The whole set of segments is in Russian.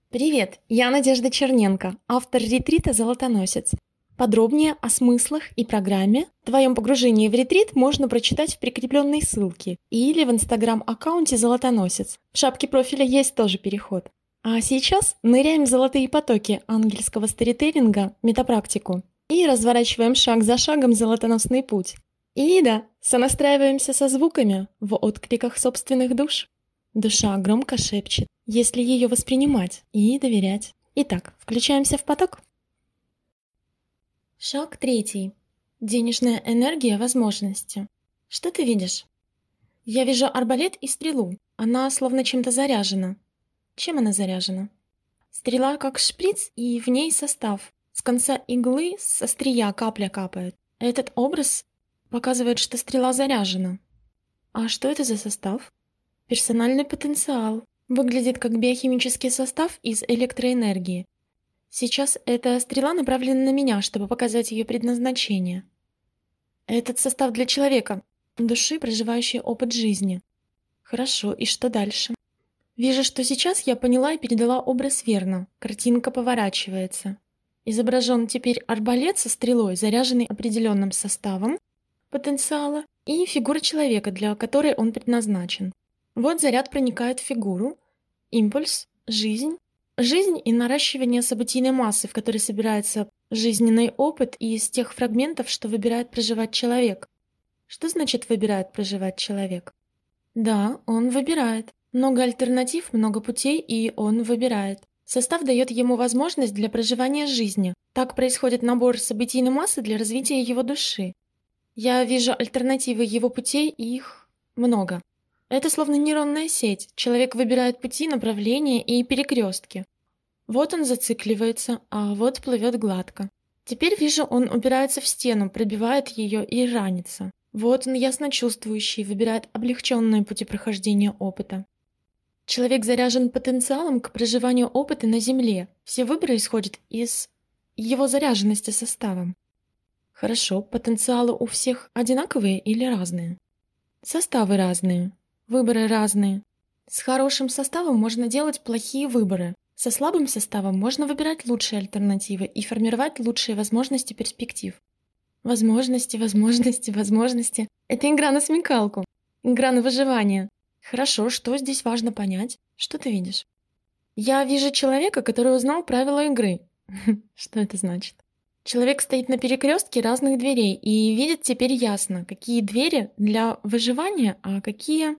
Привет, я Надежда Черненко, автор ретрита «Золотоносец». Подробнее о смыслах и программе в твоем погружении в ретрит можно прочитать в прикрепленной ссылке или в инстаграм-аккаунте «Золотоносец». В шапке профиля есть тоже переход. А сейчас ныряем в золотые потоки ангельского сторителлинга, метапрактику, и разворачиваем шаг за шагом золотоносный путь. И да, сонастраиваемся со звуками в откликах собственных душ. Душа громко шепчет, если ее воспринимать и доверять. Итак, включаемся в поток. Шаг 3. Денежная энергия возможности. Что ты видишь? Я вижу арбалет и стрелу. Она словно чем-то заряжена. Чем она заряжена? Стрела как шприц, и в ней состав. С конца иглы с острия капля капает. Этот образ показывает, что стрела заряжена. А что это за состав? Персональный потенциал. Выглядит как биохимический состав из электроэнергии. Сейчас эта стрела направлена на меня, чтобы показать ее предназначение. Этот состав для человека, души, проживающей опыт жизни. Хорошо, и что дальше? Вижу, что сейчас я поняла и передала образ верно. Картинка поворачивается. Изображен теперь арбалет со стрелой, заряженный определенным составом потенциала, и фигура человека, для которой он предназначен. Вот заряд проникает в фигуру, импульс, жизнь и наращивание событийной массы, в которой собирается жизненный опыт из тех фрагментов, что выбирает проживать человек. Что значит выбирает проживать человек? Да, он выбирает. Много альтернатив, много путей, и он выбирает. Состав дает ему возможность для проживания жизни. Так происходит набор событийной массы для развития его души. Я вижу альтернативы его путей, и их много. Это словно нейронная сеть. Человек выбирает пути, направления и перекрестки. Вот он зацикливается, а вот плывет гладко. Теперь вижу, он упирается в стену, пробивает ее и ранится. Вот он ясно чувствующий, выбирает облегченные пути прохождения опыта. Человек заряжен потенциалом к проживанию опыта на Земле. Все выборы исходят из его заряженности составом. Хорошо, потенциалы у всех одинаковые или разные? Составы разные. Выборы разные. С хорошим составом можно делать плохие выборы. Со слабым составом можно выбирать лучшие альтернативы и формировать лучшие возможности перспектив. Возможности. Это игра на смекалку. Игра на выживание. Хорошо, что здесь важно понять? Что ты видишь? Я вижу человека, который узнал правила игры. Что это значит? Человек стоит на перекрестке разных дверей и видит теперь ясно, какие двери для выживания, а какие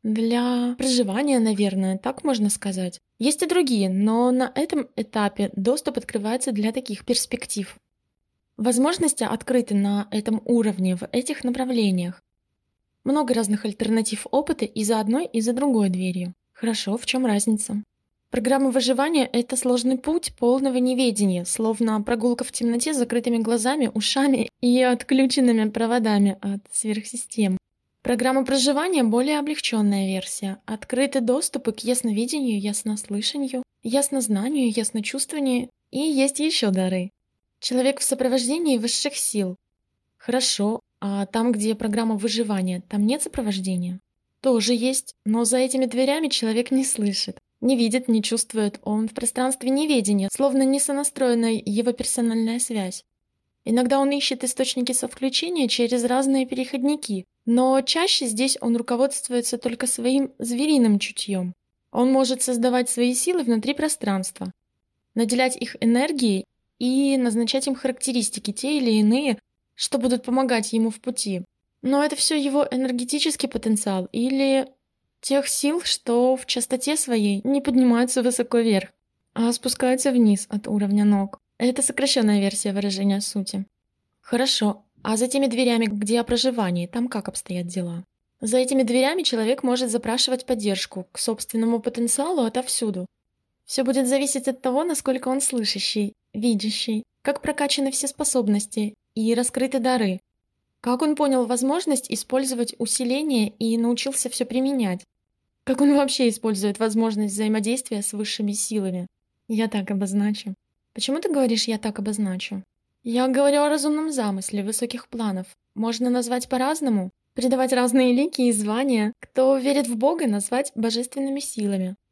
для проживания, наверное, так можно сказать. Есть и другие, но на этом этапе доступ открывается для таких перспектив. Возможности открыты на этом уровне, в этих направлениях. Много разных альтернатив опыта и за одной, и за другой дверью. Хорошо, в чем разница? Программа выживания — это сложный путь полного неведения, словно прогулка в темноте с закрытыми глазами, ушами и отключенными проводами от сверхсистем. Программа проживания — более облегченная версия. Открыты доступы к ясновидению, яснослышанию, яснознанию, ясночувствованию, и есть еще дары. Человек в сопровождении высших сил. Хорошо, а там, где программа выживания, там нет сопровождения? Тоже есть, но за этими дверями человек не слышит, не видит, не чувствует. Он в пространстве неведения, словно не сонастроена его персональная связь. Иногда он ищет источники совключения через разные переходники, но чаще здесь он руководствуется только своим звериным чутьем. Он может создавать свои силы внутри пространства, наделять их энергией и назначать им характеристики, те или иные, что будут помогать ему в пути. Но это все его энергетический потенциал или тех сил, что в частоте своей не поднимаются высоко вверх, а спускаются вниз от уровня ног. Это сокращенная версия выражения сути. Хорошо, а за теми дверями, где о проживании, там как обстоят дела? За этими дверями человек может запрашивать поддержку к собственному потенциалу отовсюду. Все будет зависеть от того, насколько он слышащий, видящий, как прокачаны все способности и раскрыты дары, как он понял возможность использовать усиление и научился все применять, как он вообще использует возможность взаимодействия с высшими силами. Я так обозначу. Почему ты говоришь «я так обозначу»? Я говорю о разумном замысле, высоких планов. Можно назвать по-разному, придавать разные лики и звания. Кто верит в Бога, назвать божественными силами.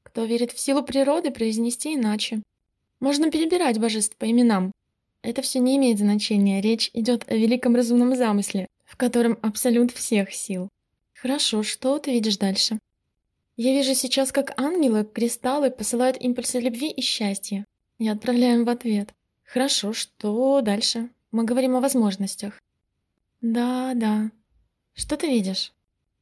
Кто верит в силу природы, произнести иначе. Можно перебирать божеств по именам. Это все не имеет значения, речь идет о великом разумном замысле, в котором абсолют всех сил. Хорошо, что ты видишь дальше? Я вижу сейчас, как ангелы, кристаллы посылают импульсы любви и счастья. Я отправляю им в ответ. Хорошо, что дальше? Мы говорим о возможностях. Да. Что ты видишь?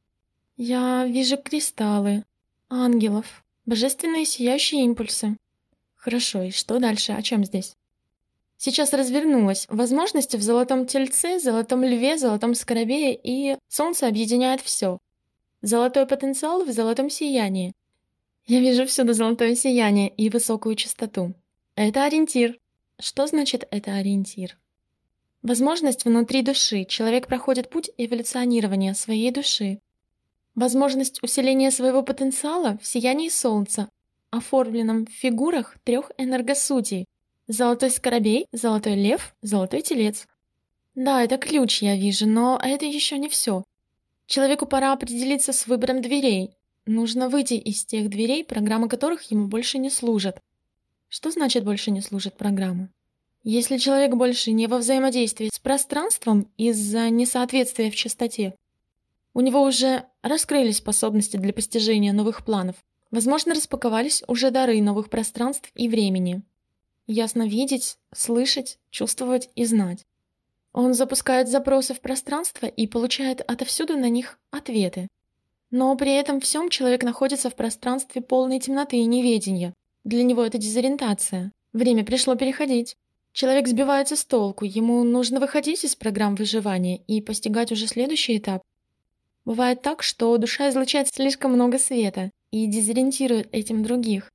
Я вижу кристаллы, ангелов, божественные сияющие импульсы. Хорошо, и что дальше? О чем здесь? Сейчас развернулась. Возможности в золотом тельце, золотом льве, золотом скоробее, и солнце объединяет все. Золотой потенциал в золотом сиянии. Я вижу всюду золотое сияние и высокую частоту. Это ориентир. Что значит это ориентир? Возможность внутри души. Человек проходит путь эволюционирования своей души. Возможность усиления своего потенциала в сиянии солнца, оформленном в фигурах 3 энергосутей. Золотой скоробей, золотой лев, золотой телец. Да, это ключ, я вижу, но это еще не все. Человеку пора определиться с выбором дверей. Нужно выйти из тех дверей, программы которых ему больше не служат. Что значит больше не служат программы? Если человек больше не во взаимодействии с пространством из-за несоответствия в частоте, у него уже раскрылись способности для постижения новых планов. Возможно, распаковались уже дары новых пространств и времени. Ясно видеть, слышать, чувствовать и знать. Он запускает запросы в пространство и получает отовсюду на них ответы. Но при этом всем человек находится в пространстве полной темноты и неведения. Для него это дезориентация. Время пришло переходить. Человек сбивается с толку, ему нужно выходить из программ выживания и постигать уже следующий этап. Бывает так, что душа излучает слишком много света и дезориентирует этим других.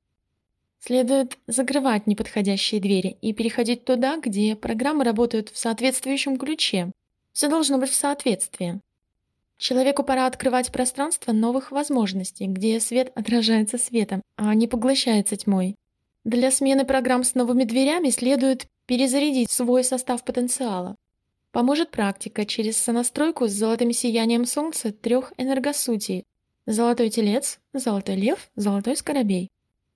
Следует закрывать неподходящие двери и переходить туда, где программы работают в соответствующем ключе. Все должно быть в соответствии. Человеку пора открывать пространство новых возможностей, где свет отражается светом, а не поглощается тьмой. Для смены программ с новыми дверями следует перезарядить свой состав потенциала. Поможет практика через сонастройку с золотым сиянием солнца 3 энергосутей: золотой телец, золотой лев, золотой скоробей.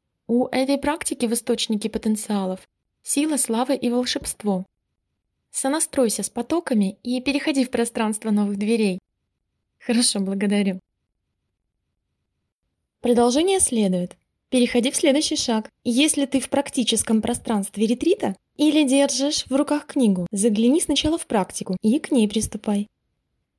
У этой практики в источнике потенциалов сила, слава и волшебство. Сонастройся с потоками и переходи в пространство новых дверей. Хорошо, благодарю. Продолжение следует. Переходи в следующий шаг. Если ты в практическом пространстве ретрита или держишь в руках книгу, загляни сначала в практику и к ней приступай.